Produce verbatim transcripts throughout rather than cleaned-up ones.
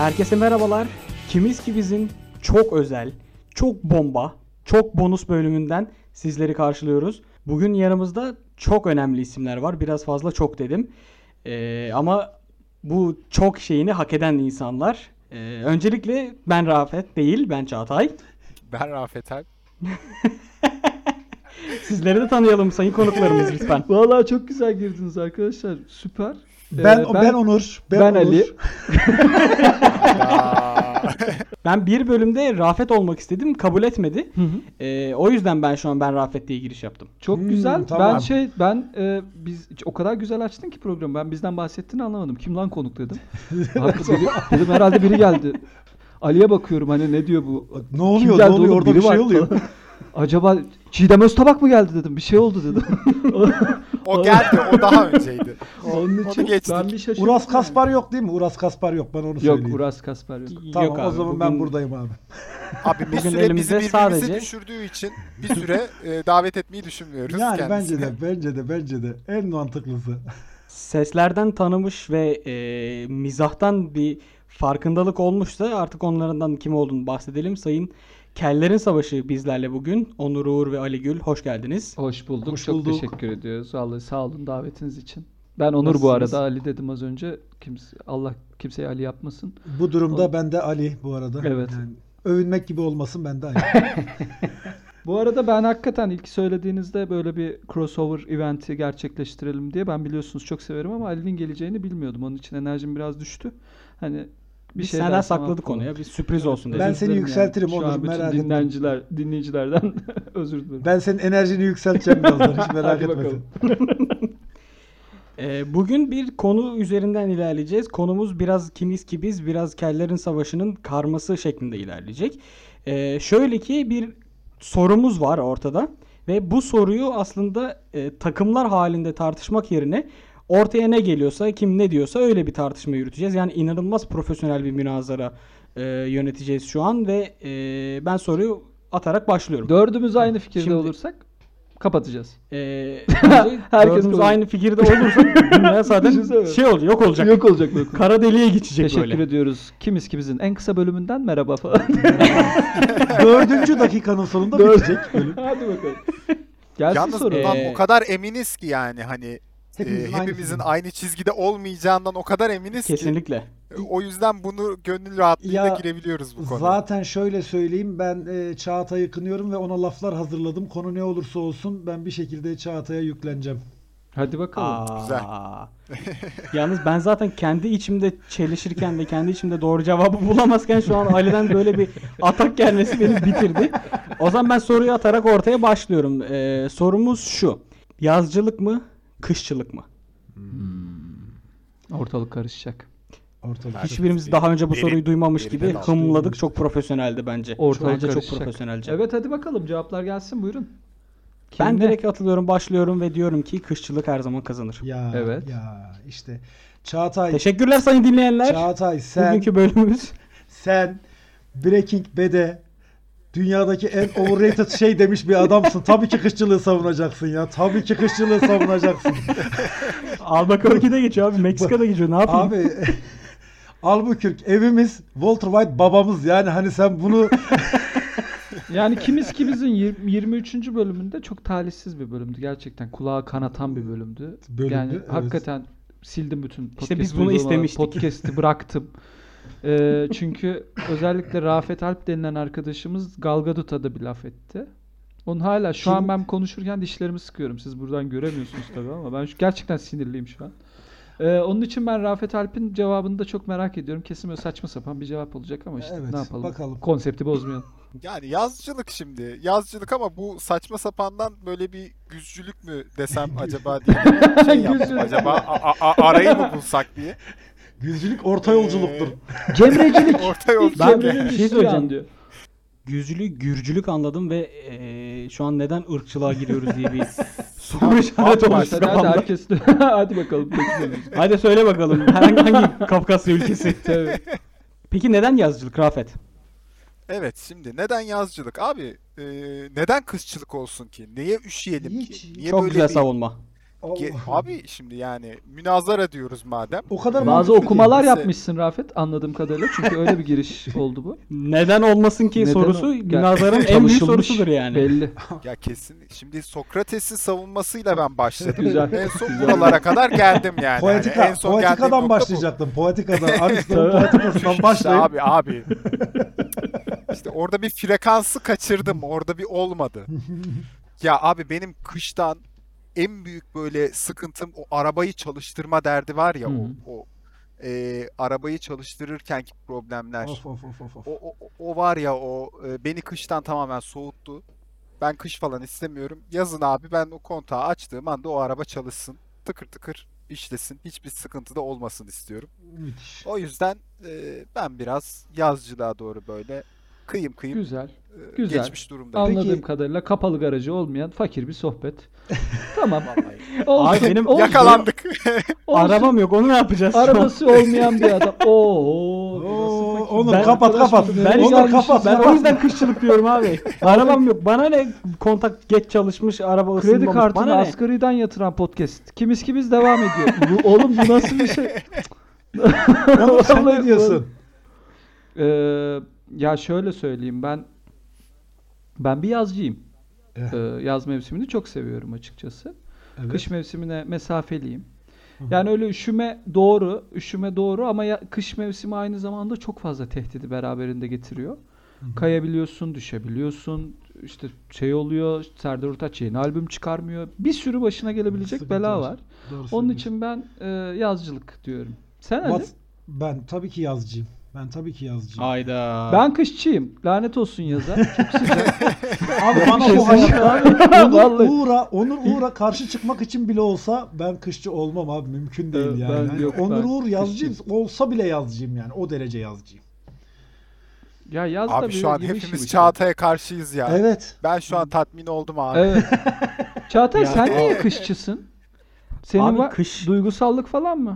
Herkese merhabalar. Kimiz ki bizim çok özel, çok bomba, çok bonus bölümünden sizleri karşılıyoruz. Bugün yanımızda çok önemli isimler var. Biraz fazla çok dedim. Ee, ama bu çok şeyini hak eden insanlar. Ee, öncelikle ben Rafet değil, ben Çağatay. Ben Rafet Alp. Sizleri de tanıyalım sayın konuklarımız lütfen. Vallahi çok güzel girdiniz arkadaşlar. Süper. Ben Ee, ben, ben Onur. Ben, ben Onur. Ali. Ben bir bölümde Rafet olmak istedim, kabul etmedi. Hı hı. Ee, o yüzden ben şu an ben Rafet diye giriş yaptım. Çok Hmm, güzel. tamam. Ben şey ben e, biz o kadar güzel açtın ki programı. Ben bizden bahsettiğini anlamadım. Kim lan konuk dedim. Abi, biri, dedim herhalde biri geldi. Ali'ye bakıyorum hani ne diyor bu? Ne oluyor? Kim Ne geldi oluyor? oğlum? Orada Biri bir şey var oluyor. falan. Acaba Çiğdem Öztabak mı geldi dedim. Bir şey oldu dedim. O geldi, o daha önceydi. Onun Onu için geçtik. ben bir şaşırdım. Uras yani. Kaspar yok değil mi? Uras Kaspar yok. Ben onu Yok söyleyeyim. Uras Kaspar yok. Tamam Yok o abi, zaman bugün- ben buradayım abi. Abi bir Bugün süre elimizde bizi birbirimize sadece- düşürdüğü için bir süre e, davet etmeyi düşünmüyoruz Yani kendisine. bence de bence de bence de en mantıklısı. Seslerden tanımış ve e, mizahtan bir farkındalık olmuşsa artık onlardan kim olduğunu bahsedelim. Sayın Kellerin Savaşı bizlerle bugün. Onur Uğur ve Ali Gül hoş geldiniz. Hoş bulduk. Hoş Çok bulduk. teşekkür ediyoruz. Vallahi sağ olun davetiniz için. Ben Onur Nasılsınız? bu arada. Ali dedim az önce. Kimse, Allah kimseye Ali yapmasın. Bu durumda Oğlum. ben de Ali bu arada. Evet. Yani övünmek gibi olmasın ben de Ali. Bu arada ben hakikaten ilk söylediğinizde böyle bir crossover eventi gerçekleştirelim diye ben biliyorsunuz çok severim ama Ali'nin geleceğini bilmiyordum. Onun için enerjim biraz düştü. Hani bir Biz şey senden dersem sakladık affola. onu ya. Bir sürpriz olsun Ben dedim. Özür seni dilerim yükseltirim Şu Onur, an bütün merak etme. dinleyiciler, dinleyicilerden özür dilerim. Ben senin enerjini yükselteceğim birazdan. Hiç merak Hadi etme. bakalım. E, bugün bir konu üzerinden ilerleyeceğiz. Konumuz biraz kimiz ki biz, biraz Kellerin Savaşı'nın karması şeklinde ilerleyecek. E, şöyle ki bir sorumuz var ortada. Ve bu soruyu aslında e, takımlar halinde tartışmak yerine ortaya ne geliyorsa, kim ne diyorsa öyle bir tartışma yürüteceğiz. Yani inanılmaz profesyonel bir münazara e, yöneteceğiz şu an ve e, ben soruyu atarak başlıyorum. Dördümüz aynı fikirde Şimdi- olursak kapatacağız. E, bence Herkes dördümüz kabul. aynı fikirde olursa dünya zaten Düşünsene. şey olacak, yok olacak. Yok olacak böyle. Kara deliğe geçecek Teşekkür böyle. ediyoruz. Kimiz ki bizim en kısa bölümünden merhaba falan. Dördüncü dakikanın sonunda Dört- bitecek bölüm. Hadi bakalım. Gelsin Yalnız soru. bundan Ee, o kadar eminiz ki yani hani Hepimizin e, aynı hepimizin fikirde. aynı çizgide olmayacağından o kadar eminiz ki. Kesinlikle. E, O yüzden bunu gönül rahatlığıyla Ya, girebiliyoruz bu konuya. Zaten şöyle söyleyeyim, ben e, Çağatay'ı kınıyorum ve ona laflar hazırladım. Konu ne olursa olsun ben bir şekilde Çağatay'a yükleneceğim. Hadi bakalım. Aa. Güzel. Yalnız ben zaten kendi içimde çelişirken ve kendi içimde doğru cevabı bulamazken şu an Ali'den böyle bir atak gelmesi beni bitirdi. O zaman ben soruyu atarak ortaya başlıyorum. Ee, sorumuz şu. Yazcılık mı, kışçılık mı? Ortalık karışacak. Ortalık. Ben- Hiçbirimiz bir- daha önce bu biri- soruyu duymamış biri gibi de daldı. hımladık. Çok profesyoneldi bence. Ortalık bence çok karışacak. profesyonelce. Evet hadi bakalım cevaplar gelsin buyurun. Ben Kim ne? direkt atılıyorum, başlıyorum ve diyorum ki kışçılık her zaman kazanır. Ya, Evet. ya işte Çağatay, Teşekkürler sayın dinleyenler. Çağatay sen Bugünkü bölümümüz. sen Breaking Bad'e dünyadaki en overrated şey demiş bir adamsın. Tabii ki kışçılığı savunacaksın ya. Tabii ki kışçılığı savunacaksın. Albuquerque'de geçiyor abi. Meksika'da geçiyor. Ne yapayım? Abi Albuquerque evimiz, Walter White babamız, yani hani sen bunu Yani kimiz ki bizim yirmi- yirmi üçüncü bölümünde çok talihsiz bir bölümdü. Gerçekten kulağa kanatan bir bölümdü. Bölümdü, yani evet. hakikaten sildim bütün podcast biz bunu uygulamaları, istemiştik. Podcast'i bıraktım. Ee, çünkü özellikle Rafet Alp denilen arkadaşımız Gal Gadot'a da bir laf etti. Onun hala şu Kim? an ben konuşurken dişlerimi sıkıyorum. Siz buradan göremiyorsunuz tabii ama ben şu, gerçekten sinirliyim şu an. Ee, onun için ben Rafet Alp'in cevabını da çok merak ediyorum. Kesin böyle saçma sapan bir cevap olacak ama işte Evet, ne yapalım. bakalım. Konsepti bozmayalım. Yani yazcılık şimdi. Yazcılık ama bu saçma sapandan böyle bir güzcülük mü desem acaba diye bir şey yaptım. Güzcülük. Acaba a- a- arayı mı bulsak diye. güzcülük orta yolculuktur. Cemrecilik. Orta yolculuk. Ben Cemre'nin bir şey düştüğü söyleyeceğim. an diyor. Güzcülük, gürcülük anladım ve eee, şu an neden ırkçılığa giriyoruz diye bir soru işareti Hadi oluştu Hadi, hadi kafamda. herkes hadi bakalım. bekliyoruz. Hadi söyle bakalım. Hangi, hangi Kafkasya ülkesi? Tabii. Peki neden yazcılık Rafet? Evet şimdi neden yazcılık? Abi e, neden kışçılık olsun ki? Neye üşüyelim Hiç. ki? Niye Çok böyle güzel bir savunma. Ge- Allah. Abi şimdi yani münazara diyoruz madem. O kadar Bazı mantıklı ki. okumalar Neyse. yapmışsın Rafet anladığım kadarıyla. Çünkü öyle bir giriş oldu bu. Neden olmasın ki Neden sorusu o- Gel- münazarın en büyük Çalışılmış, sorusudur yani. Belli. Ya kesin. Şimdi Sokrates'in savunmasıyla ben başladım. Güzel. En son buralara kadar geldim yani. Poetika, Hani en son geldiğim poetikadan nokta bu. başlayacaktım. Poetikadan. Aristo'nun Tabii. poetikasından İşte başlayıp. abi abi. İşte orada bir frekansı kaçırdım. Orada bir olmadı. Ya abi benim kıştan en büyük böyle sıkıntım o arabayı çalıştırma derdi var ya Hı. o o e, arabayı çalıştırırkenki problemler. Of of of of. of. O, o, o var ya o e, beni kıştan tamamen soğuttu. Ben kış falan istemiyorum. Yazın abi ben o kontağı açtığım anda o araba çalışsın. Tıkır tıkır işlesin. Hiçbir sıkıntı da olmasın istiyorum. Müthiş. O yüzden e, ben biraz yazcılığa doğru böyle kıyım kıyım Güzel. e, güzel. geçmiş durumdayım. Anladığım Peki- kadarıyla kapalı garajı olmayan fakir bir sohbet. Tamam. Vallahi. Olsun, Abi benim olsun, Yakalandık. olsun. Arabam yok, onu ne yapacağız? şu an? Arabası olmayan bir adam. Oo, Oo, burası Onur Ben- kapat kapat. Ben, Onur işte- kapat. ben o kapat. yüzden kışçılık diyorum abi. Arabam yok. Bana ne kontak geç çalışmış, araba Kredi ısınmamış. kartını Bana ne? asgariden yatıran podcast. Kimiz kimiz devam ediyor. Bu, oğlum bu nasıl bir şey? Onur sen ne Vallahi- diyorsun? Ee, ya şöyle söyleyeyim ben ben bir yazcıyım. Evet. Ee, yaz mevsimini çok seviyorum açıkçası. Evet. Kış mevsimine mesafeliyim. Hı hı. Yani öyle üşüme doğru, üşüme doğru ama ya, kış mevsimi aynı zamanda çok fazla tehdidi beraberinde getiriyor. Hı hı. Kayabiliyorsun, düşebiliyorsun. İşte şey oluyor, Serdar Ortaç yeni albüm çıkarmıyor. Bir sürü başına gelebilecek Sıkıntı bela var. var. Doğru Onun söylüyorsun. için ben e, yazcılık diyorum. Sen hadi. What- Ben tabii ki yazcıyım. Ben tabii ki yazcıyım. Hayda. Ben kışçıyım. Lanet olsun yaza. Çok sıcak. Abi bana şey bu hayatta Onur Vallahi. Uğur'a, Onur Uğur'a karşı çıkmak için bile olsa ben kışçı olmam abi. Mümkün değil Evet, yani. ben Yani yok, Onur ben Uğur yazcıyım. kışçıyım. Olsa bile yazcıyım yani. O derece yazcıyım. Ya yaz Abi tabii şu an yavaş hepimiz yavaş. Çağatay'a karşıyız ya. Evet. Ben şu an tatmin oldum abi. Evet. Çağatay Ya- sen niye kışçısın? Senin Abi var kış- duygusallık falan mı?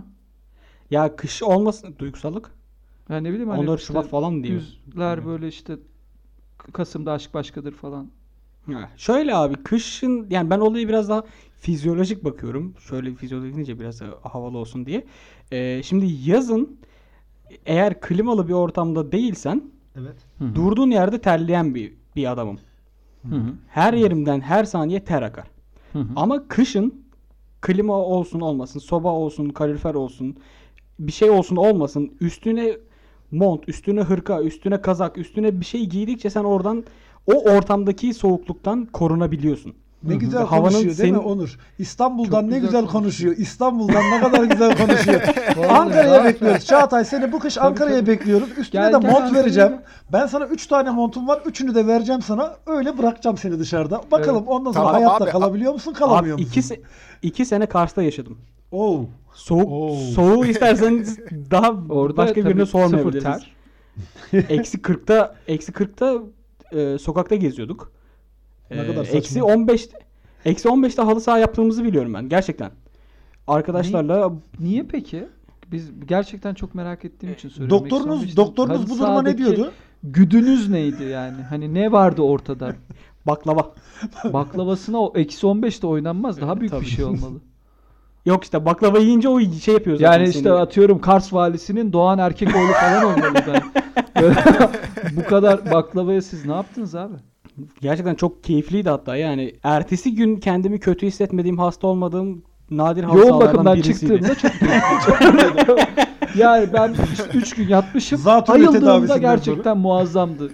Ya kış olmasın duygusallık. Ya ne bileyim hani on dört işte Şubat falan diyor. Yüzler böyle işte Kasım'da aşk başkadır falan. Ha, şöyle abi kışın yani ben olaya biraz daha fizyolojik bakıyorum. Şöyle fizyolojik deyince biraz da havalı olsun diye. Ee, şimdi yazın eğer klimalı bir ortamda değilsen Evet. Hı hı. durduğun yerde terleyen bir bir adamım. Hı hı. Her yerimden her saniye ter akar. Hı hı. Ama kışın klima olsun olmasın, soba olsun, kalorifer olsun, bir şey olsun olmasın, üstüne mont, üstüne hırka, üstüne kazak, üstüne bir şey giydikçe sen oradan o ortamdaki soğukluktan korunabiliyorsun. Ne Hı hı. güzel Havanın konuşuyor değil mi senin- Onur? İstanbul'dan Çok ne güzel güzel konuşuyor. konuşuyor. İstanbul'dan ne kadar güzel konuşuyor. Vallahi Ankara'ya ya. bekliyoruz. Çağatay seni bu kış Ankara'ya tabii. bekliyoruz. Üstüne Gel, de gel mont Ankara'ya vereceğim. gel. Ben sana üç tane montum var. Üçünü de vereceğim sana. Öyle bırakacağım seni dışarıda. Bakalım Evet. ondan sonra Tamam hayatta abi. kalabiliyor musun, Abi kalamıyor musun? iki, se- iki sene Kars'ta yaşadım. Oo. Soğuk, Oo. soğuğu isterseniz daha Orada başka tabii birine sıfır sormayabiliriz. ter. Eksi kırkta eksi kırkta e, sokakta geziyorduk. Ne E, kadar saçma. eksi on beş eksi on beşte halı saha yaptığımızı biliyorum ben gerçekten. Arkadaşlarla Niye peki? Biz gerçekten çok merak ettiğim için söylüyorum. Eksi on Doktorunuz beşte doktorunuz halı bu duruma ne sahadaki diyordu? Güdünüz neydi yani? Hani ne vardı ortada? baklava. Baklavasına o eksi on beşte oynanmaz. Daha büyük Tabii. bir şey olmalı. Yok işte baklava yiyince o şey yapıyor zaten Yani işte seni. atıyorum Kars valisinin Doğan Erkekoğlu falan olmalı ben. Böyle bu kadar baklavaya siz ne yaptınız abi? Gerçekten çok keyifliydi hatta yani. Ertesi gün kendimi kötü hissetmediğim, hasta olmadığım nadir halı Yoğun sahalardan bakımdan birisiydi. çıktığımda çok keyifli. Yani ben işte üç gün yatmışım. Zatürre Ayıldığımda tedavisinden gerçekten muazzamdı.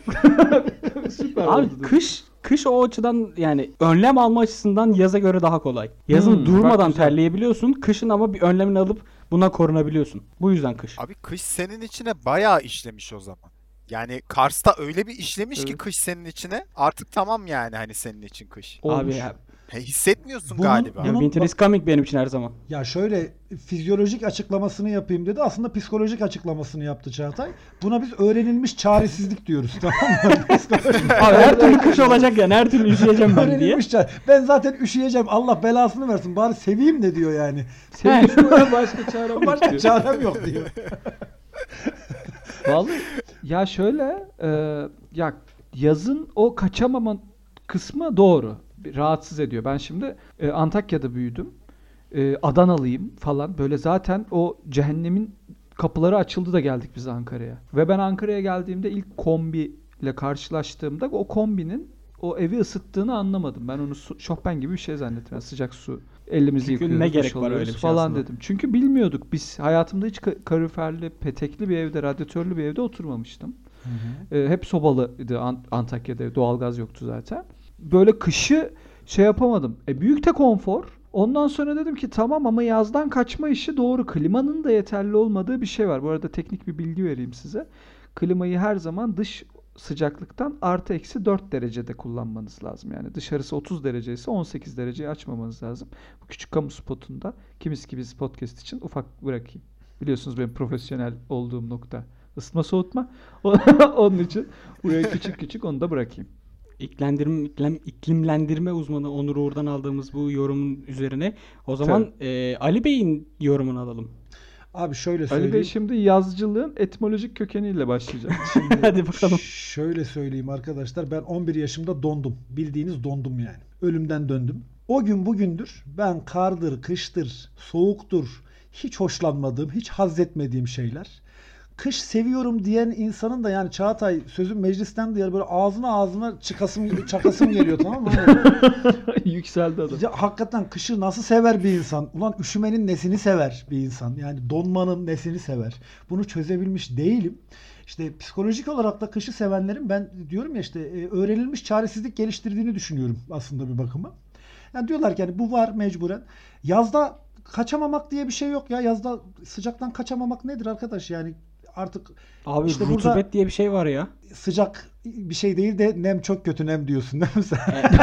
Süper Abi oldu. kış kış o açıdan yani önlem alma açısından yaza göre daha kolay. Yazın Hmm, bak durmadan güzel. terleyebiliyorsun. Kışın ama bir önlemini alıp buna korunabiliyorsun. Bu yüzden kış. Abi kış senin içine bayağı işlemiş o zaman. Yani Kars'ta öyle bir işlemiş ki Evet. kış senin içine. Artık tamam yani hani senin için kış. Abi Olmuş. ya, He, hissetmiyorsun Bunun- galiba. ya Bunun- winter is coming benim için her zaman. Ya şöyle fizyolojik açıklamasını yapayım dedi. Aslında psikolojik açıklamasını yaptı Çağatay. Buna biz öğrenilmiş çaresizlik diyoruz, tamam mı? Psikolojik. Abi her türlü kış olacak yani her türlü üşüyeceğim ben diye. öğrenilmiş çare. Ben zaten üşüyeceğim. Allah belasını versin. Bari seveyim de diyor yani. Senin şuraya başka çarem yok Başka diyor. çarem yok diyor. Vallahi ya şöyle e, ya yazın o kaçamama kısmı doğru. Bir rahatsız ediyor. Ben şimdi e, Antakya'da büyüdüm. e, Adanalıyım falan. Böyle zaten o cehennemin kapıları açıldı da geldik biz Ankara'ya. Ve ben Ankara'ya geldiğimde ilk kombi ile karşılaştığımda o kombinin o evi ısıttığını anlamadım. Ben onu su, şofben gibi bir şey zannettim. Yani sıcak su, elimizi Çünkü yıkıyoruz, ne duş gerek var alıyoruz öyle bir şey falan aslında. dedim. Çünkü bilmiyorduk. Biz hayatımda hiç ka- kaloriferli, petekli bir evde, radyatörlü bir evde oturmamıştım. Ee, hep sobalıydı Ant- Antakya'da. Doğalgaz yoktu zaten. Böyle kışı şey yapamadım. E, büyük de konfor. Ondan sonra dedim ki tamam ama yazdan kaçma işi doğru. Klimanın da yeterli olmadığı bir şey var. Bu arada teknik bir bilgi vereyim size. Klimayı her zaman dış sıcaklıktan artı eksi dört derecede kullanmanız lazım. Yani dışarısı otuz derece ise on sekiz dereceyi açmamanız lazım. Bu küçük kamu spotunda Kimiz ki biz podcast için ufak bırakayım. Biliyorsunuz benim profesyonel olduğum nokta ısıtma soğutma. Onun için buraya küçük küçük onu da bırakayım. İklimlendirme, iklim, iklimlendirme uzmanı Onur Uğur'dan aldığımız bu yorumun üzerine o zaman e, Ali Bey'in yorumunu alalım. Abi şöyle söyleyeyim. Ali Bey şimdi yazıcılığın etimolojik kökeniyle başlayacak. Hadi bakalım. Şöyle söyleyeyim arkadaşlar. Ben on bir yaşımda dondum. Bildiğiniz dondum yani. Ölümden döndüm. O gün bugündür ben kardır, kıştır, soğuktur hiç hoşlanmadığım, hiç haz etmediğim şeyler. Kış seviyorum diyen insanın da yani Çağatay sözüm meclisten duyar böyle ağzına ağzına çıkasım, çakasım geliyor tamam mı? Hani, Yükseldi adam. ya, hakikaten kışı nasıl sever bir insan? Ulan üşümenin nesini sever bir insan? Yani donmanın nesini sever? Bunu çözebilmiş değilim. İşte psikolojik olarak da kışı sevenlerin ben diyorum ya işte e, öğrenilmiş çaresizlik geliştirdiğini düşünüyorum aslında bir bakıma. Yani diyorlar ki yani bu var mecburen. Yazda kaçamamak diye bir şey yok ya. Yazda sıcaktan kaçamamak nedir arkadaş? Yani artık Abi işte rutubet burada diye bir şey var ya. sıcak bir şey değil de nem çok kötü nem diyorsun değil mi sen?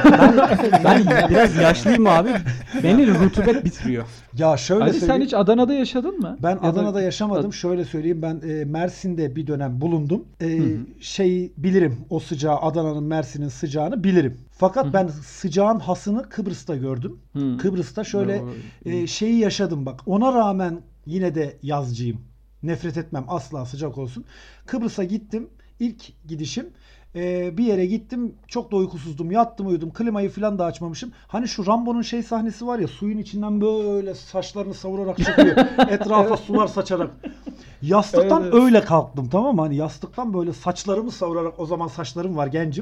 Ben, ben biraz yaşlıyım abi. Beni rutubet bitiriyor. Ya şöyle Ali sen söyleyeyim. hiç Adana'da yaşadın mı? Ben Ya da- Adana'da yaşamadım. Şöyle söyleyeyim ben e, Mersin'de bir dönem bulundum. E, hı. Şey bilirim o sıcağı Adana'nın Mersin'in sıcağını bilirim. Fakat Hı hı. ben sıcağın hasını Kıbrıs'ta gördüm. Hı. Kıbrıs'ta şöyle Bravo. e, şeyi yaşadım bak. Ona rağmen yine de yazcıyım. Nefret etmem asla sıcak olsun. Kıbrıs'a gittim. İlk gidişim. E, bir yere gittim. Çok da uykusuzdum. Yattım uyudum. Klimayı falan da açmamışım. Hani şu Rambo'nun şey sahnesi var ya suyun içinden böyle saçlarını savurarak çıkıyor. Etrafa sular saçarak. Yastıktan Evet, evet. öyle kalktım tamam mı? Hani yastıktan böyle saçlarımı savurarak o zaman saçlarım var gencim.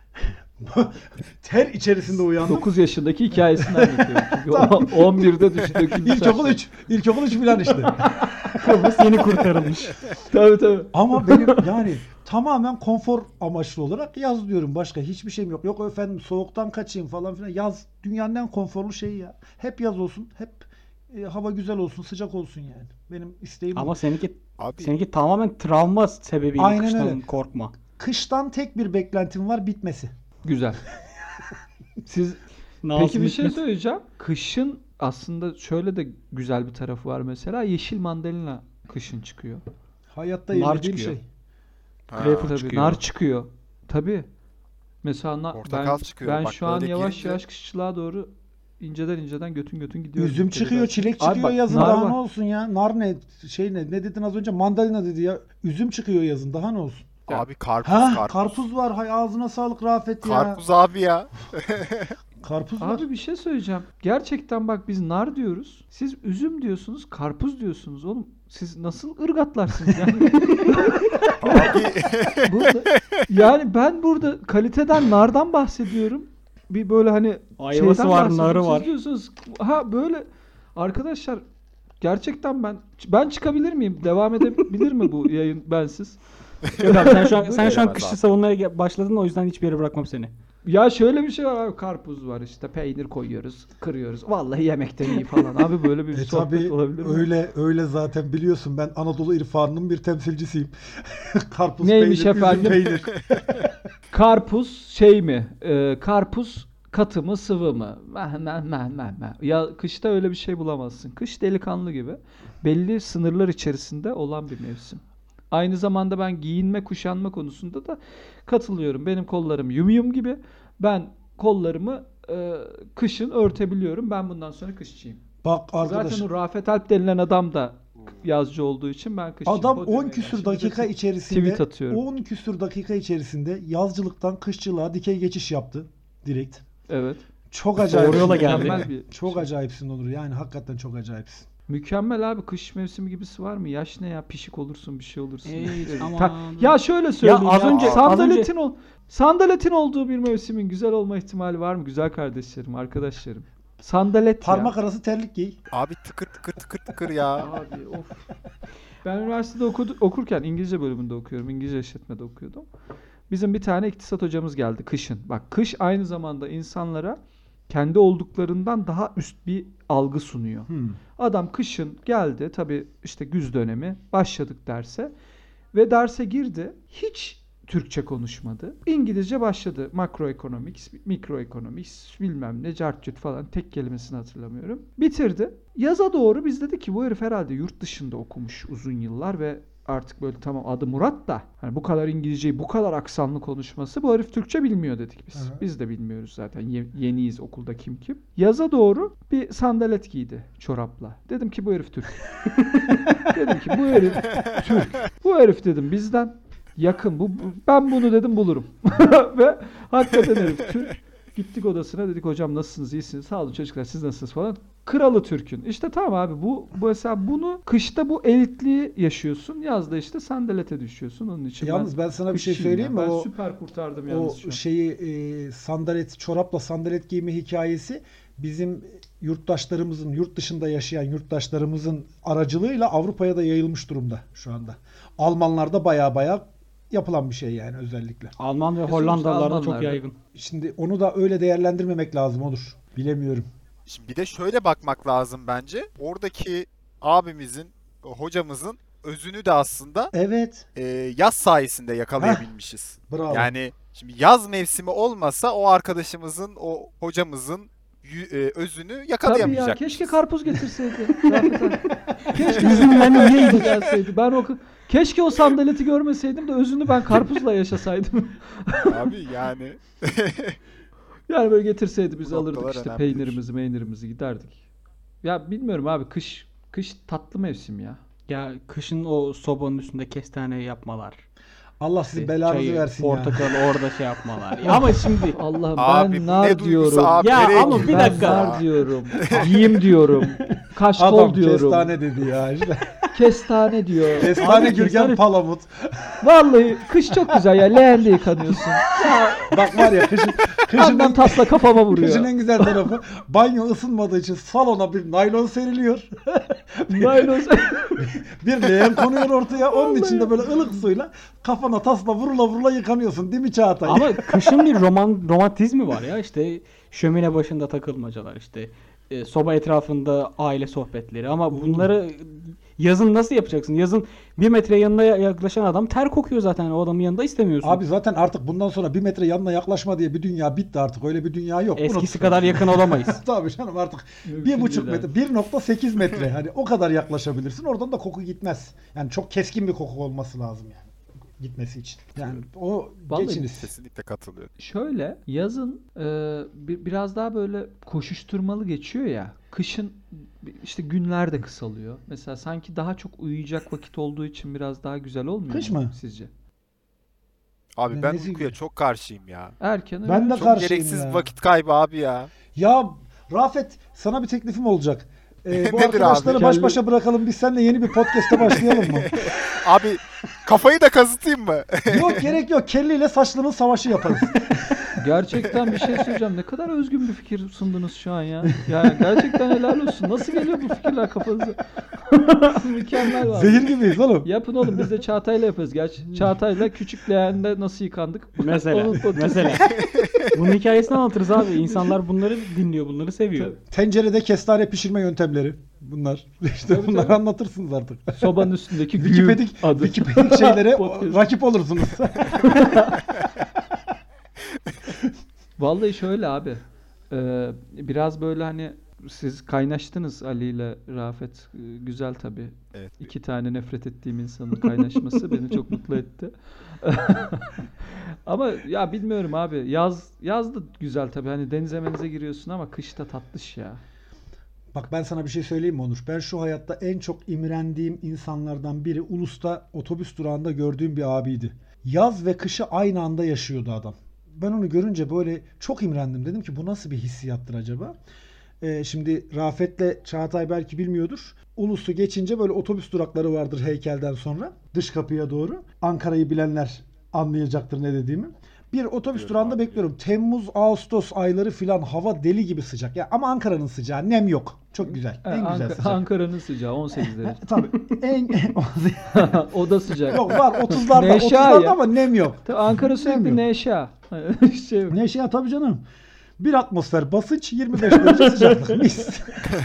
Ter içerisinde uyandım. dokuz yaşındaki hikayesini anlatıyor. Çünkü o- on birde düştü döküldü. İlkokul üç. İlkokul üç falan işte. Kıbrıs yeni kurtarılmış. Tabii tabii. Ama benim yani tamamen konfor amaçlı olarak yaz diyorum. Başka hiçbir şeyim yok. Yok efendim soğuktan kaçayım falan filan. Yaz dünyanın en konforlu şeyi ya. Hep yaz olsun. Hep e, hava güzel olsun. Sıcak olsun yani. Benim isteğim Ama bu. seninki Abi seninki tamamen travma sebebiyle Aynen kıştan öyle. korkma. Kıştan tek bir beklentim var bitmesi. Güzel. Siz peki bir şey söyleyeceğim. Kışın aslında şöyle de güzel bir tarafı var mesela. Yeşil mandalina kışın çıkıyor. Hayatta Nar yemediğim çıkıyor. şey. ha, Greyfurt Tabii çıkıyor. nar çıkıyor. Tabii. Mesela na- Portakal ben, çıkıyor. ben Bak şu an böyle yavaş girince- yavaş kışçılığa doğru inceden inceden götün götün gidiyorum. Üzüm Ülkede çıkıyor, zaten. çilek Abi çıkıyor bak, yazın. nar Daha var. ne olsun ya? Nar ne? Şey ne? Ne dedin az önce? Mandalina dedi ya. Üzüm çıkıyor yazın. Daha ne olsun? Abi karpuz Ha, karpuz. karpuz var. Hay ağzına sağlık Rafet ya. Karpuz abi ya. Karpuz var. Abi bir şey söyleyeceğim. Gerçekten bak biz nar diyoruz. Siz üzüm diyorsunuz, karpuz diyorsunuz oğlum. Siz nasıl ırgatlarsınız yani? Abi Burada, yani ben burada kaliteden nardan bahsediyorum. Bir böyle hani Ayvası şeyden var, bahsediyorum. narı Siz var. diyorsunuz ha böyle arkadaşlar gerçekten ben ben çıkabilir miyim? Devam edebilir mi bu yayın bensiz? Yok abi, sen şu an, sen şu an Gelemez kışı abi. savunmaya ge- başladın o yüzden hiçbir yere bırakmam seni. Ya şöyle bir şey var abi, karpuz var işte peynir koyuyoruz, kırıyoruz. Vallahi yemekten iyi falan. Abi böyle bir E sohbet tabi olabilir mi? öyle öyle zaten biliyorsun ben Anadolu irfanının bir temsilcisiyim. Karpuz Neymiş peynir, üzüm efendim? peynir. Karpuz şey mi? Ee, karpuz katı mı sıvı mı? Meh, meh, meh, meh, meh. Ya kışta öyle bir şey bulamazsın. Kış delikanlı gibi. Belli sınırlar içerisinde olan bir mevsim. Aynı zamanda ben giyinme kuşanma konusunda da katılıyorum. Benim kollarım yum yum gibi. Ben kollarımı e, kışın örtebiliyorum. Ben bundan sonra kışçıyım. Bak arkadaş Zaten o Rafet Alp denilen adam da yazcı olduğu için ben kışçıyım. adam Podyuma on küsür çıkınca dakika tweet içerisinde atıyorum. on küsür dakika içerisinde yazcılıktan kışçılığa dikey geçiş yaptı direkt. Evet. Çok acayip. Doğru yola geldi. Mükemmel bir Çok şey. acayipsin Onur. Yani hakikaten çok acayipsin. Mükemmel abi, kış mevsimi gibisi var mı? Yaş ne ya? Pişik olursun, bir şey olursun. Ey, Evet. aman. Ta- ya şöyle söyleyeyim. Ya az ya, önce- az sandaletin ol sandaletin olduğu bir mevsimin güzel olma ihtimali var mı? Güzel kardeşlerim, arkadaşlarım. Sandalet Parmak ya. arası terlik giy. Abi tıkır tıkır tıkır tıkır ya. Abi of. Ben üniversitede okudu, okurken İngilizce bölümünde okuyorum. İngilizce işletmede okuyordum. Bizim bir tane iktisat hocamız geldi kışın. Bak, kış aynı zamanda insanlara kendi olduklarından daha üst bir algı sunuyor. Hmm. Adam kışın geldi, tabii işte güz dönemi, başladık derse ve derse girdi. Hiç Türkçe konuşmadı. İngilizce başladı. Macroeconomics, microeconomics, bilmem ne, cart curt falan, tek kelimesini hatırlamıyorum. Bitirdi. Yaza doğru biz dedik ki bu herif herhalde yurt dışında okumuş uzun yıllar ve artık böyle tamam adı Murat da hani bu kadar İngilizceyi bu kadar aksanlı konuşması, bu herif Türkçe bilmiyor dedik biz. Hı hı. Biz de bilmiyoruz zaten. Ye- yeniyiz okulda kim kim. Yaza doğru bir sandalet giydi çorapla. Dedim ki bu herif Türk. Dedim ki bu herif Türk. Bu herif dedim bizden yakın. Bu, bu- ben bunu dedim bulurum. Ve hakikaten herif Türk. Gittik odasına, dedik hocam nasılsınız, iyisiniz, sağ olun çocuklar, siz nasılsınız falan. Kralı Türk'ün. İşte tamam abi, bu, bu mesela bunu kışta bu elitliği yaşıyorsun. Yazda işte sandalete düşüyorsun. Onun için Yalnız ben sana bir şey kışçıyım söyleyeyim mi? ya. Ben O- süper kurtardım O yalnız şu an. şeyi e, sandalet, çorapla sandalet giyme hikayesi bizim yurttaşlarımızın, yurt dışında yaşayan yurttaşlarımızın aracılığıyla Avrupa'ya da yayılmış durumda şu anda. Almanlarda baya baya yapılan bir şey yani özellikle. Alman ve Sonuçta Hollandalılarda çok Almanlarda. yaygın. Şimdi onu da öyle değerlendirmemek lazım olur. Bilemiyorum. Şimdi bir de şöyle bakmak lazım bence. Oradaki abimizin, hocamızın özünü de aslında Evet. e, yaz sayesinde yakalayabilmişiz. Bravo. Yani şimdi yaz mevsimi olmasa o arkadaşımızın, o hocamızın yü- e, özünü Tabii ya, yakalayamayacakmışız. keşke karpuz getirseydi. Rafet abi. Keşke Üzümden yiyeydi. gelseydi. Ben o keşke o sandaleti görmeseydim de özünü ben karpuzla yaşasaydım. Abi yani Yani böyle getirseydi biz Bu alırdık noktalar işte önemlidir. peynirimizi, meynirimizi giderdik. Ya bilmiyorum abi, kış kış tatlı mevsim ya. Ya kışın o sobanın üstünde kestane yapmalar. Allah sizin İşte belanızı çayı, versin ya. portakalı orada şey yapmalar. Ya ama şimdi Allah'ım abi ben bu nar ne duygusu diyorum. abi, Ya nereye ama bir gidiyor? Ben dakika. nar diyorum. Giyim diyorum. Kaşkol Adam diyorum. kestane dedi ya işte. Kestane diyor. Kestane Abi, Gürgen kestane- Palamut. Vallahi kış çok güzel ya. Leğende yıkanıyorsun. Ya Bak var ya kışın, kışın, annem en, tasla kafama vuruyor. kışın en güzel tarafı banyo ısınmadığı için salona bir naylon seriliyor. Naylon. Bir leğen konuyor ortaya. Onun Vallahi. içinde böyle ılık suyla kafana tasla vurula vurula yıkanıyorsun. Değil mi Çağatay? ama kışın bir roman romantizmi var ya, işte şömine başında takılmacalar, işte e, soba etrafında aile sohbetleri, ama bunları yazın nasıl yapacaksın? Yazın bir metre yanına yaklaşan adam ter kokuyor zaten, o adamın yanında istemiyorsun. Abi zaten artık bundan sonra bir metre yanına yaklaşma diye bir dünya bitti artık. Öyle bir dünya yok. Eskisi Unutun. kadar yakın olamayız. Tabii canım artık Mümkün bir buçuk değil metre, bir nokta sekiz metre. Hani o kadar yaklaşabilirsin. Oradan da koku gitmez. Yani çok keskin bir koku olması lazım yani. Gitmesi için. Yani o Vallahi geçiniz. Kesinlikle katılıyorum. Şöyle yazın e, bi- biraz daha böyle koşuşturmalı geçiyor ya. Kışın işte günler de kısalıyor. Mesela sanki daha çok uyuyacak vakit olduğu için biraz daha güzel olmuyor Kış mu mı? sizce? Abi Ne- ben nesi- uykuya çok karşıyım ya. Erken Ben de uyuyor. Çok karşıyım gereksiz ya. vakit kaybı abi ya. Ya Rafet sana bir teklifim olacak. Ee, bu Nedir arkadaşları abi? baş Kelli- başa bırakalım. Biz seninle yeni bir podcast'e başlayalım mı? Abi kafayı da kazıtayım mı? Yok gerek yok. Kelly ile saçlının savaşı yaparız. Gerçekten bir şey söyleyeceğim. Ne kadar özgün bir fikir sundunuz şu an ya. Yani gerçekten helal olsun. Nasıl geliyor bu fikirler kafanıza? Mükemmel var. Zehir gibiyiz oğlum. Yapın oğlum, biz de Çağatay'la yaparız. Gerçi Çağatay'la küçük leğende nasıl yıkandık? Mesela. Onun podcast'ı. mesela. Bunun hikayesini anlatırız abi. İnsanlar bunları dinliyor, bunları seviyor. Tencerede kestane pişirme yöntemleri. Bunlar. İşte Tabii, bunları tabii. anlatırsınız artık. Sobanın üstündeki güğüm Wikipedik, adı. Wikipedik şeylere Podcast. rakip olursunuz. Vallahi şöyle abi. Ee, biraz böyle hani siz kaynaştınız Ali ile Rafet. Ee, güzel tabii. Evet. İki tane nefret ettiğim insanın kaynaşması beni çok mutlu etti. Ama ya bilmiyorum abi. Yaz yaz da güzel tabii. Hani denize menize giriyorsun ama kışta tatlış ya. Bak ben sana bir şey söyleyeyim mi Onur? Ben şu hayatta en çok imrendiğim insanlardan biri Ulus'ta otobüs durağında gördüğüm bir abiydi. Yaz ve kışı aynı anda yaşıyordu adam. ben onu görünce böyle çok imrendim. Dedim ki bu nasıl bir hissiyattır acaba? Ee, şimdi Rafet'le Çağatay belki bilmiyordur. Ulus'u geçince böyle otobüs durakları vardır heykelden sonra. Dış kapıya doğru. Ankara'yı bilenler anlayacaktır ne dediğimi. Bir otobüs Biliyorum durağında abi, bekliyorum. Temmuz, Ağustos ayları filan hava deli gibi sıcak. Ya ama Ankara'nın sıcağı, nem yok. Çok güzel. Ha, En güzel Anka- sıcak. Ankara'nın sıcağı on sekiz derece. Tabii. En O da sıcak. yok var otuzlarda, Neşe otuzlarda ya. ama nem yok. Tabii Ankara sürekli yok. neşe. şey yok. Neşe ya tabii canım. Bir atmosfer basınç, yirmi beş derece sıcaklık. Mis.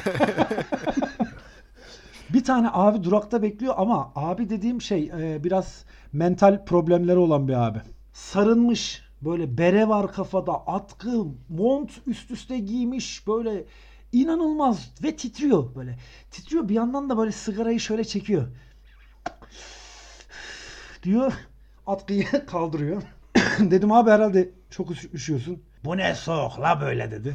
Bir tane abi durakta bekliyor ama abi dediğim şey e, biraz mental problemleri olan bir abi. Sarılmış, böyle bere var kafada, atkı, mont üst üste giymiş, böyle inanılmaz ve titriyor böyle. Titriyor, bir yandan da böyle sigarayı şöyle çekiyor. Diyor, atkıyı kaldırıyor. Dedim abi herhalde çok üş- üşüyorsun. Bu ne soğuk la böyle dedi.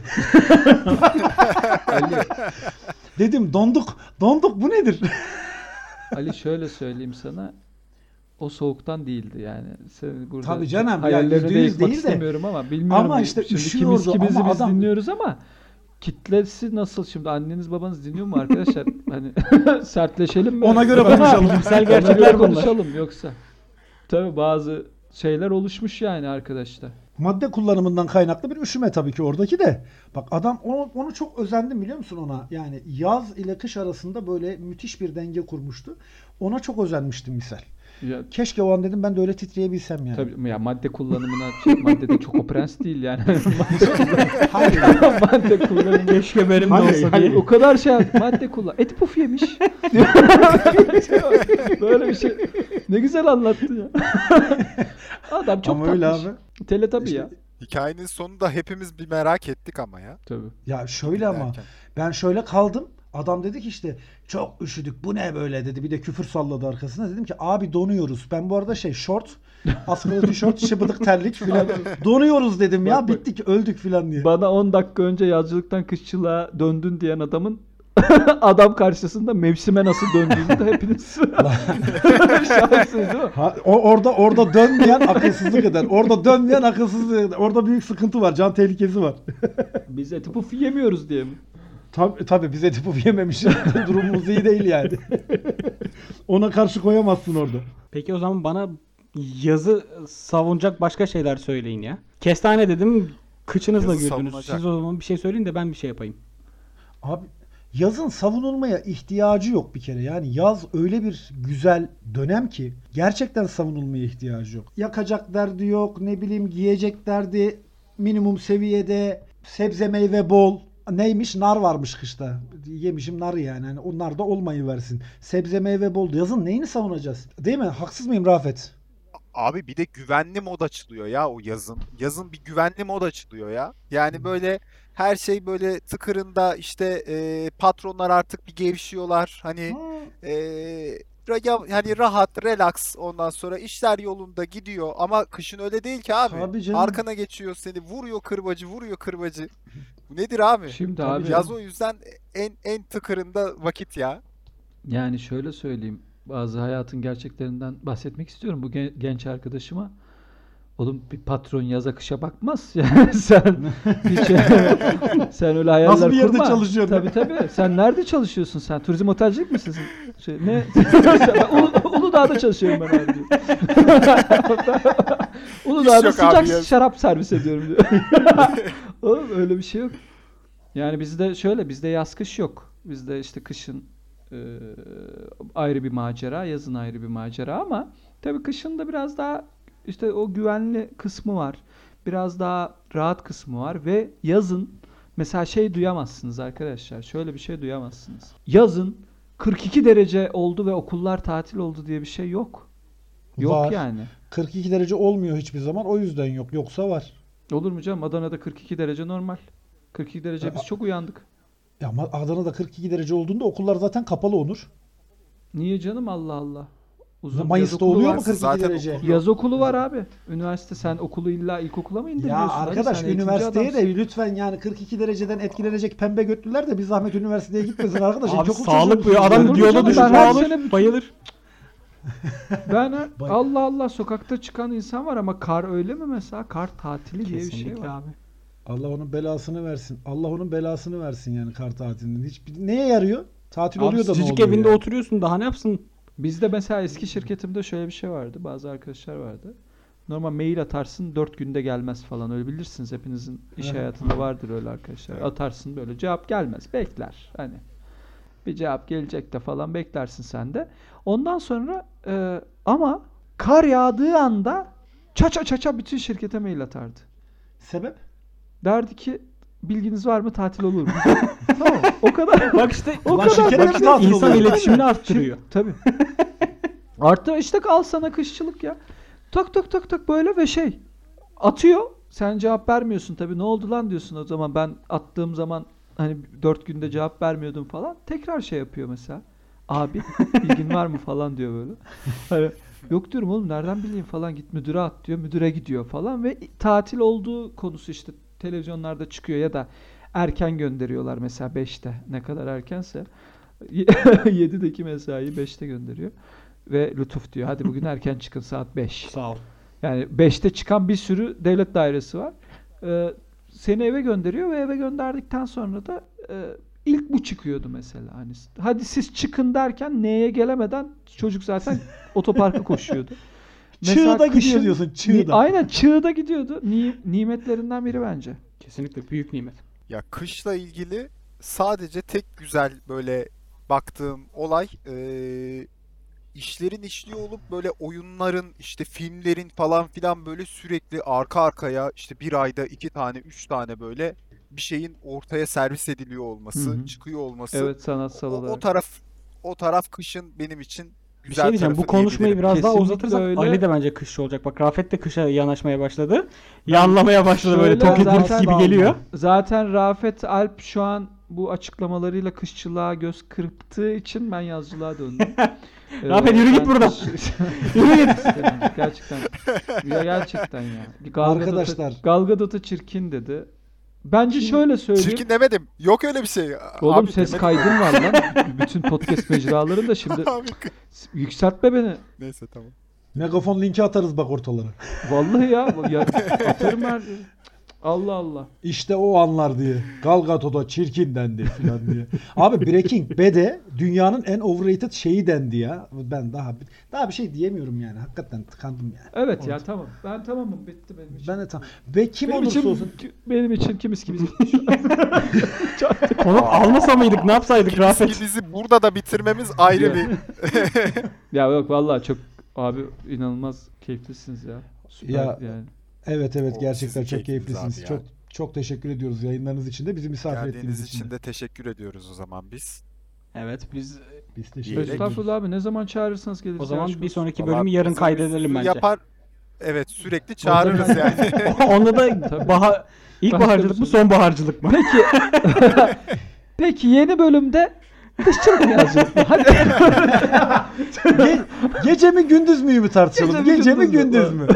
Ali, Dedim donduk, donduk bu nedir? Ali şöyle söyleyeyim sana. O soğuktan değildi yani. Sen burada Tabii canım, ya hayallerine yüzde de yüz yıkmak değil de. istemiyorum ama bilmiyorum. Ama işte şimdi üşüyordu kimiz kimizi ama biz adam- dinliyoruz ama kitlesi nasıl şimdi anneniz babanız dinliyor mu arkadaşlar? Hani sertleşelim mi? Ona göre konuşalım. Bilimsel Ona göre gerçekler bunlar. konuşalım yoksa. Tabii bazı şeyler oluşmuş yani arkadaşlar. Madde kullanımından kaynaklı bir üşüme tabii ki oradaki de. Bak adam onu, onu çok özendim biliyor musun ona? Yani yaz ile kış arasında böyle müthiş bir denge kurmuştu. Ona çok özenmiştim misal. Ya, Keşke o an dedim ben de öyle titreyebilsem yani. tabii ya madde kullanımına şey, madde de çok o prens değil yani. Hayır. madde kullanımı. Keşke benim de Hayır, olsa hayır. diye. O kadar şey madde kullan. Et puf yemiş. Böyle bir şey. Ne güzel anlattı ya. Adam çok Ama öyle tatmış. abi. Teletabi İşte- ya. Hikayenin sonunda hepimiz bir merak ettik ama ya. Tabii. Ya şöyle ama Derken. ben şöyle kaldım. Adam dedi ki işte çok üşüdük bu ne böyle dedi. Bir de küfür salladı arkasına. Dedim ki abi donuyoruz. Ben bu arada şey şort, askılı tişört, şıbıdık terlik filan. Donuyoruz dedim ya Bak, bak. bittik öldük filan diye. Bana on dakika önce yazcılıktan kışçılığa döndün diyen adamın adam karşısında mevsime nasıl döndüğünü de hepiniz şahitsiniz değil mi? Ha, o, orada orada dönmeyen akılsızlık eder. Orada dönmeyen akılsızlık eder. Orada büyük sıkıntı var. Can tehlikesi var. Biz eti puf yemiyoruz diye mi? Tabii tabii biz eti puf yememişiz. Durumumuz iyi değil yani. Ona karşı koyamazsın orada. Peki o zaman bana yazı savunacak başka şeyler söyleyin ya. Kestane dedim, kıçınızla Yazı güldünüz. savunacak. Siz o zaman bir şey söyleyin de ben bir şey yapayım. Abi yazın savunulmaya ihtiyacı yok bir kere. Yani yaz öyle bir güzel dönem ki gerçekten savunulmaya ihtiyacı yok. Yakacak derdi yok, ne bileyim giyecek derdi minimum seviyede, sebze meyve bol. Neymiş? Nar varmış kışta. Yemişim nar yani. yani onlar da olmayı versin. Sebze meyve bol. Yazın neyini savunacağız? Değil mi? Haksız mıyım Rafet? Abi bir de güvenli mod açılıyor ya o yazın. Yazın bir güvenli mod açılıyor ya. Yani böyle her şey böyle tıkırında işte e, patronlar artık bir gevşiyorlar. Hani Hmm. e, ra- ya- hani rahat, relax ondan sonra işler yolunda gidiyor. Ama kışın öyle değil ki abi. Tabii canım. Arkana geçiyor seni, vuruyor kırbacı, vuruyor kırbacı. Bu nedir abi? Şimdi Tabii abi Yaz o yüzden en en tıkırında vakit ya. yani şöyle söyleyeyim. Bazı hayatın gerçeklerinden bahsetmek istiyorum bu gen- genç arkadaşıma. Oğlum bir patron yaza kışa bakmaz. Yani sen hiç sen öyle hayaller Nasıl bir yerde kurma. çalışıyorsun? Tabii tabii. Sen nerede çalışıyorsun sen? Turizm otelcilik misin? Şey, ne? Ben Ulu, Uludağ'da çalışıyorum ben abi diyor. Uludağ'da yok abi sıcak ya. şarap servis ediyorum diyor. Oğlum öyle bir şey yok. Yani bizde şöyle bizde yaz kış yok. Bizde işte kışın e, ayrı bir macera, yazın ayrı bir macera ama tabii kışın da biraz daha işte o güvenli kısmı var. Biraz daha rahat kısmı var ve yazın mesela şey duyamazsınız arkadaşlar. Şöyle bir şey duyamazsınız. Yazın kırk iki derece oldu ve okullar tatil oldu diye bir şey yok. Yok Var. yani. kırk iki derece olmuyor hiçbir zaman. O yüzden yok. Yoksa var. Olur mu canım? Adana'da kırk iki derece normal. kırk iki derece biz çok uyandık. Ya ama Adana'da kırk iki derece olduğunda okullar zaten kapalı Onur. Niye canım Allah Allah. Uzun yaz Mayıs'ta okulu oluyor var. mu kırk iki Zaten derece? okul- Yaz okulu var abi. Üniversite sen okulu illa ilkokula mı indiriyorsun? Ya Ali? arkadaş Sen eğitimci üniversiteye adamsın. de lütfen yani kırk iki dereceden etkilenecek pembe götlüler de bir zahmet üniversiteye gitmesin arkadaş. Abi İlkokul sağlık çocuğu bu. Adam musunuz? diyor- diyorda canım, düşüp ben her alır, sene- bayılır. Ben Bak- Allah Allah sokakta çıkan insan var ama kar öyle mi mesela? Kar tatili diye bir şey Kesinlikle var. abi. Allah onun belasını versin. Allah onun belasını versin yani kar tatilinin. Hiç neye yarıyor? Tatil Abi oluyor da ne sıcacık oluyor evinde yani? oturuyorsun, daha ne yapsın? Bizde mesela eski şirketimde şöyle bir şey vardı. Bazı arkadaşlar vardı. Normal mail atarsın dört günde gelmez falan. Öyle bilirsiniz, hepinizin iş Evet. hayatında vardır öyle arkadaşlar. Evet. Atarsın böyle cevap gelmez. Bekler. Hani bir cevap gelecek de falan beklersin sen de. Ondan sonra e, ama kar yağdığı anda çaça çaça bütün şirkete mail atardı. Sebep? Derdi ki bilginiz var mı, tatil olur mu? Tamam. O kadar. Bak işte O Ulan kadar. şirkete bak mi işte tatil insan oluyor? iletişimini arttırıyor. Tabii. Artı işte al sana kışçılık ya. Tak tak tak tak böyle ve şey atıyor. Sen cevap vermiyorsun tabii. Ne oldu lan diyorsun o zaman. Ben attığım zaman hani dört günde cevap vermiyordum falan. Tekrar şey yapıyor mesela. Abi bilgin var mı falan diyor böyle. Hani, yok diyorum oğlum nereden bileyim falan, git müdüre at diyor. Müdüre gidiyor falan ve tatil olduğu konusu işte televizyonlarda çıkıyor ya da erken gönderiyorlar mesela beşte, ne kadar erkense. yedideki mesaiyi beşte gönderiyor. Ve lütuf diyor. Hadi bugün erken çıkın saat beş. Sağ ol. Yani beşte çıkan bir sürü devlet dairesi var. Ee, seni eve gönderiyor ve eve gönderdikten sonra da e, ilk bu çıkıyordu mesela. Hani hadi siz çıkın derken neye gelemeden çocuk zaten otoparka koşuyordu. Çığda gidiyor kışın- diyorsun, Ni- çığda. Aynen çığda gidiyordu. Ni- nimetlerinden biri bence. Kesinlikle büyük nimet. Ya kışla ilgili sadece tek güzel böyle baktığım olay eee, işlerin işliyor olup böyle oyunların işte filmlerin falan filan böyle sürekli arka arkaya işte bir ayda iki tane üç tane böyle bir şeyin ortaya servis ediliyor olması, Hı hı. çıkıyor olması. Evet, sanatsal O, o olarak. taraf o taraf kışın benim için Bir güzel şey diyeceğim, bu tarafı konuşmayı diyebilirim. biraz daha Kesinlikle uzatırsak öyle. Ali de bence kışçı olacak. Bak Rafet de kışa yanaşmaya başladı. Yanlamaya başladı, böyle Şöyle Tokyo Drift zaten- gibi geliyor. Zaten Rafet Alp şu an bu açıklamalarıyla kışçılığa göz kırptığı için ben yazcılığa döndüm. Ee, Rafet yürü git ben buradan. kış- Yürü git. Gerçekten. Ya gerçekten ya. Gal Gadot'a- Arkadaşlar. Gal Gadot'a çirkin dedi. Bence şöyle söyleyeyim. Çirkin demedim. Yok öyle bir şey. Oğlum Abi ses demedim. kaydın var lan. Bütün podcast mecralarında şimdi Abi, yükseltme beni. neyse tamam. Megafon linki atarız bak ortalara. Vallahi ya, ya atarım her. Allah Allah. İşte o anlar diye. Gal Gadot'a çirkin dendi filan diye. Abi Breaking Bad'e dünyanın en overrated şeyi dendi ya. Ben daha daha bir şey diyemiyorum yani. Hakikaten tıkandım yani. Evet ya Orada. tamam. Ben tamamım, bitti benim için. Ben de tam. Ve kim benim olursa için, olsun. benim için kimiz kimiz bitti şu an. Konuk almasa mıydık, ne yapsaydık Rafet? Eski dizi burada da bitirmemiz ayrı Ya. bir Ya yok vallahi çok abi inanılmaz keyiflisiniz ya. Süper Ya, yani. Evet evet O gerçekten sizin çok keyfiniz keyiflisiniz. abi Çok ya. çok teşekkür ediyoruz yayınlarınız için de bizi misafir ettiğiniz geldiğiniz için. için de. de teşekkür ediyoruz o zaman biz. Evet, biz Biz teşekkür Diyerek- ederiz. Estağfurullah abi, ne zaman çağırırsanız geliriz. o zaman aşk bir olsun. sonraki Vallahi bölümü yarın bizim kaydedelim üstü bence. Yapar. Evet, sürekli çağırırız yani. Onda da Tabii. baha ilkbaharcılık mı, Başka bir sonbaharcılık mı? Peki. Peki yeni bölümde kışçılık mı yazacağız? Hadi. Ge- gece mi gündüz müyü tartışalım? Gece mi, Gece mi gündüz mü? gündüz mü?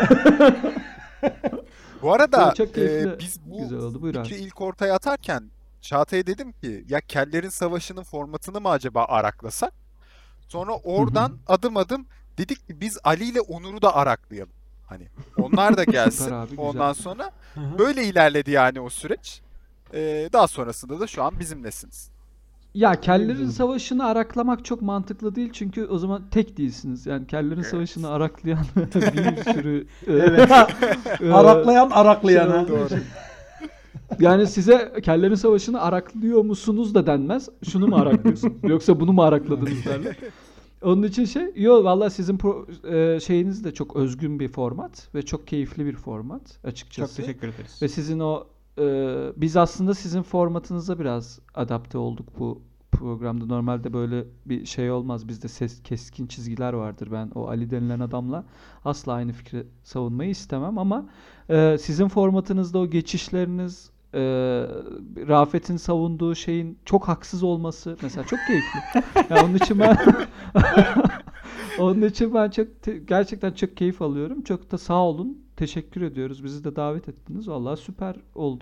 Bu arada Çok keyifli, e, biz bu güzel oldu. Buyur abi. fikri ilk ortaya atarken Çağatay'a dedim ki ya Kellerin Savaşı'nın formatını mı acaba araklasak? Sonra oradan adım adım dedik ki biz Ali ile Onur'u da araklayalım. Hani onlar da gelsin. Süper abi, güzel. Ondan sonra Hı hı. böyle ilerledi yani o süreç. E, daha sonrasında da şu an bizimlesiniz. Ya kellerin güzel. savaşını araklamak çok mantıklı değil çünkü o zaman tek değilsiniz. Yani kellerin Evet. savaşını araklayan bir sürü e, Evet. e, Araklayan araklayan şey ha. olduğu için. Yani size kellerin savaşını araklıyor musunuz da denmez. Şunu mu araklıyorsun? Yoksa bunu mu arakladınız derler. Onun için şey, yo vallahi sizin pro, e, şeyiniz de çok özgün bir format ve çok keyifli bir format açıkçası. Çok teşekkür ederiz. Ve sizin o e, biz aslında sizin formatınıza biraz adapte olduk bu programda. Normalde böyle bir şey olmaz. Bizde ses, keskin çizgiler vardır. Ben o Ali denilen adamla asla aynı fikri savunmayı istemem ama e, sizin formatınızda o geçişleriniz, e, Rafet'in savunduğu şeyin çok haksız olması mesela çok keyifli. Yani onun için ben onun için ben çok te- gerçekten çok keyif alıyorum. Çok da sağ olun. Teşekkür ediyoruz. Bizi de davet ettiniz. Vallahi süper oldu.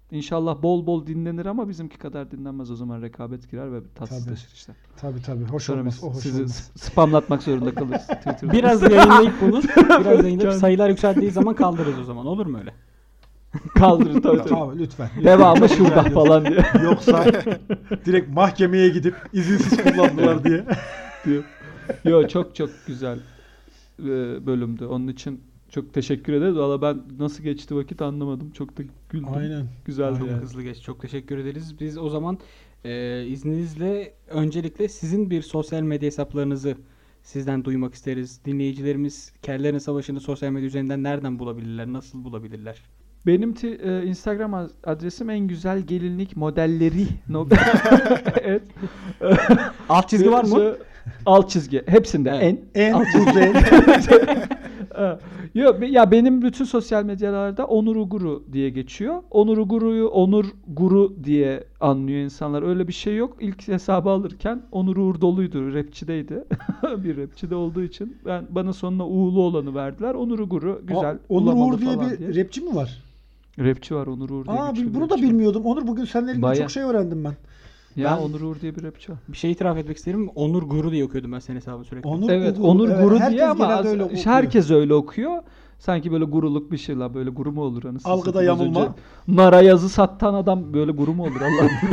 İnşallah bol bol dinlenir ama bizimki kadar dinlenmez, o zaman rekabet girer ve tatsızlaşır işte. Tabii tabii. Hoş Sonra olmaz. biz O hoş sizi olmaz. spamlatmak zorunda kalırız Twitter'da. Biraz yayınlayıp bunu, biraz yayınlayıp sayılar yükseldiği zaman kaldırırız o zaman. Olur mu öyle? Kaldırın tabii tabii. Tamam lütfen. Devamı şurada falan diye. Yoksa direkt mahkemeye gidip izinsiz kullandılar diye. diyor. Yo, çok çok güzel e, bölümdü. Onun için çok teşekkür ederiz. Valla ben nasıl geçti vakit anlamadım. Çok da güldüm. Aynen. Güzeldi Çok yani. hızlı geç. Çok teşekkür ederiz. Biz o zaman e, izninizle öncelikle sizin bir sosyal medya hesaplarınızı sizden duymak isteriz. Dinleyicilerimiz Kellerin Savaşı'nı sosyal medya üzerinden nereden bulabilirler? Nasıl bulabilirler? Benim t- e, Instagram ad- adresim en güzel gelinlik modelleri. No- evet. Alt çizgi var mı? Şu- Alt çizgi. Hepsinde Evet. en. En güzel. Yok ya, benim bütün sosyal medyalarda Onur Uguru diye geçiyor. Onur Uguru'yu Onur Guru diye anlıyor insanlar. Öyle bir şey yok. İlk hesabı alırken Onur Uğur doluydu. Rapçideydi. Bir rapçide olduğu için ben bana sonuna Uğurlu olanı verdiler. Onur Uguru güzel. Aa, Onur bulamadı Uğur diye falan bir rapçi mi var? Rapçi var, Onur Uğur diye Aa, güçlü bir bunu da rapçi var. bilmiyordum. Onur, bugün seninle ilgili Bayağı. çok şey öğrendim ben. Ya Ben- Onur Uğur diye bir rapçi var. Bir şey itiraf etmek isterim. Onur Guru diye okuyordum ben senin hesabı sürekli. Onur Evet, Uğur, Onur evet, Guru herkes diye ama genelde az- öyle okuyor. herkes öyle okuyor. Sanki böyle guruluk bir şey la, böyle guru mu olur anasını Algıda satayım. Az yamulma. önce Nara yazı satan adam böyle guru mu olur Allah'ım.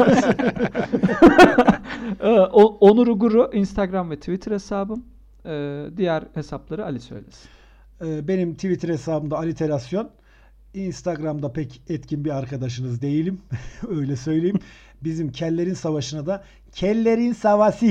O- Onur Guru Instagram ve Twitter hesabım. Ee, diğer hesapları Ali söylesin. Ee, Benim Twitter hesabımda Aliterasyon. Instagram'da pek etkin bir arkadaşınız değilim. Öyle söyleyeyim. Bizim Kellerin Savaşı'na da Kellerin Savaşı.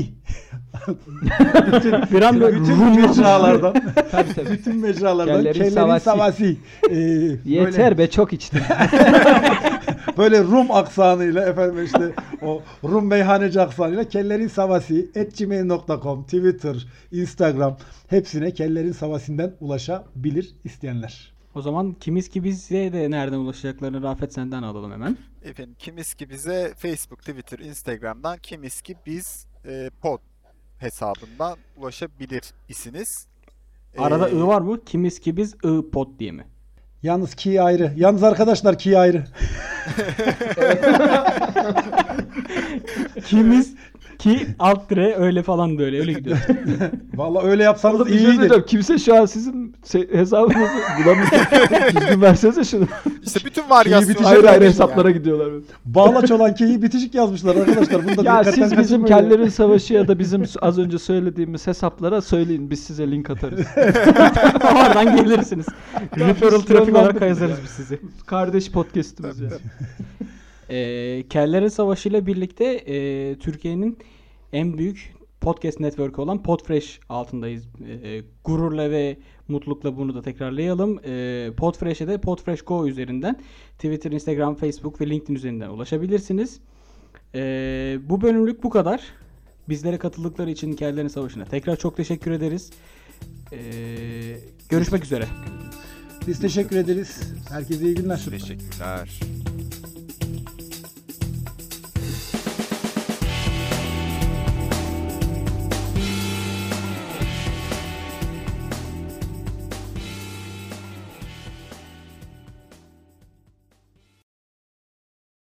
Bir an böyle bütün Rum mecralardan, Tabii tabii. bütün mecralardan Kellerin Kellerin, Savaşı. Savaşı. Ee, Yeter be, çok içtim. Böyle, böyle Rum aksanıyla, efendim işte o Rum meyhaneci aksanıyla Kellerin Savaşı et gmail nokta com, Twitter, Instagram, hepsine Kellerin Savaşı'ndan ulaşabilir isteyenler. O zaman kimiz ki bize de nereden ulaşacaklarını Rafet senden alalım hemen. Efendim kimiz ki bize Facebook, Twitter, Instagram'dan kimiz ki biz e, pod hesabından ulaşabilir isiniz. Arada Ee, I var mı? Kimiz ki biz I pod diye mi? Yalnız ki ayrı. Yalnız arkadaşlar ki ayrı. Kimiz ki alt tire öyle falan böyle öyle gidiyor. Vallahi öyle yapsanız Oğlum bir şey iyiydi. söyleyeceğim. Kimse şu an sizin se- hesabınızı bulamıyor. Düzgün versenize şunu. İşte bütün varyasyonlar. bitecek Ayrı ayrı yani. hesaplara gidiyorlar. Bağlaç olan keyi bitişik yazmışlar arkadaşlar. Bunu da Ya dikkatten siz bizim kaçırmayın. Kellerin Savaşı ya da bizim az önce söylediğimiz hesaplara söyleyin. Biz size link atarız. Oradan gelirsiniz. Referral trafik olarak yazarız biz sizi. Kardeş podcast'ımız yani. Ee, Kellerin Savaşı ile birlikte e, Türkiye'nin en büyük podcast network'ü olan Podfresh altındayız. E, gururla ve mutlulukla bunu da tekrarlayalım. E, Podfresh'e de Podfresh nokta co üzerinden Twitter, Instagram, Facebook ve LinkedIn üzerinden ulaşabilirsiniz. E, bu bölümlük bu kadar. Bizlere katıldıkları için Kellerin Savaşı'na tekrar çok teşekkür ederiz. E, görüşmek üzere. Biz teşekkür ederiz. Herkese iyi günler. Teşekkürler.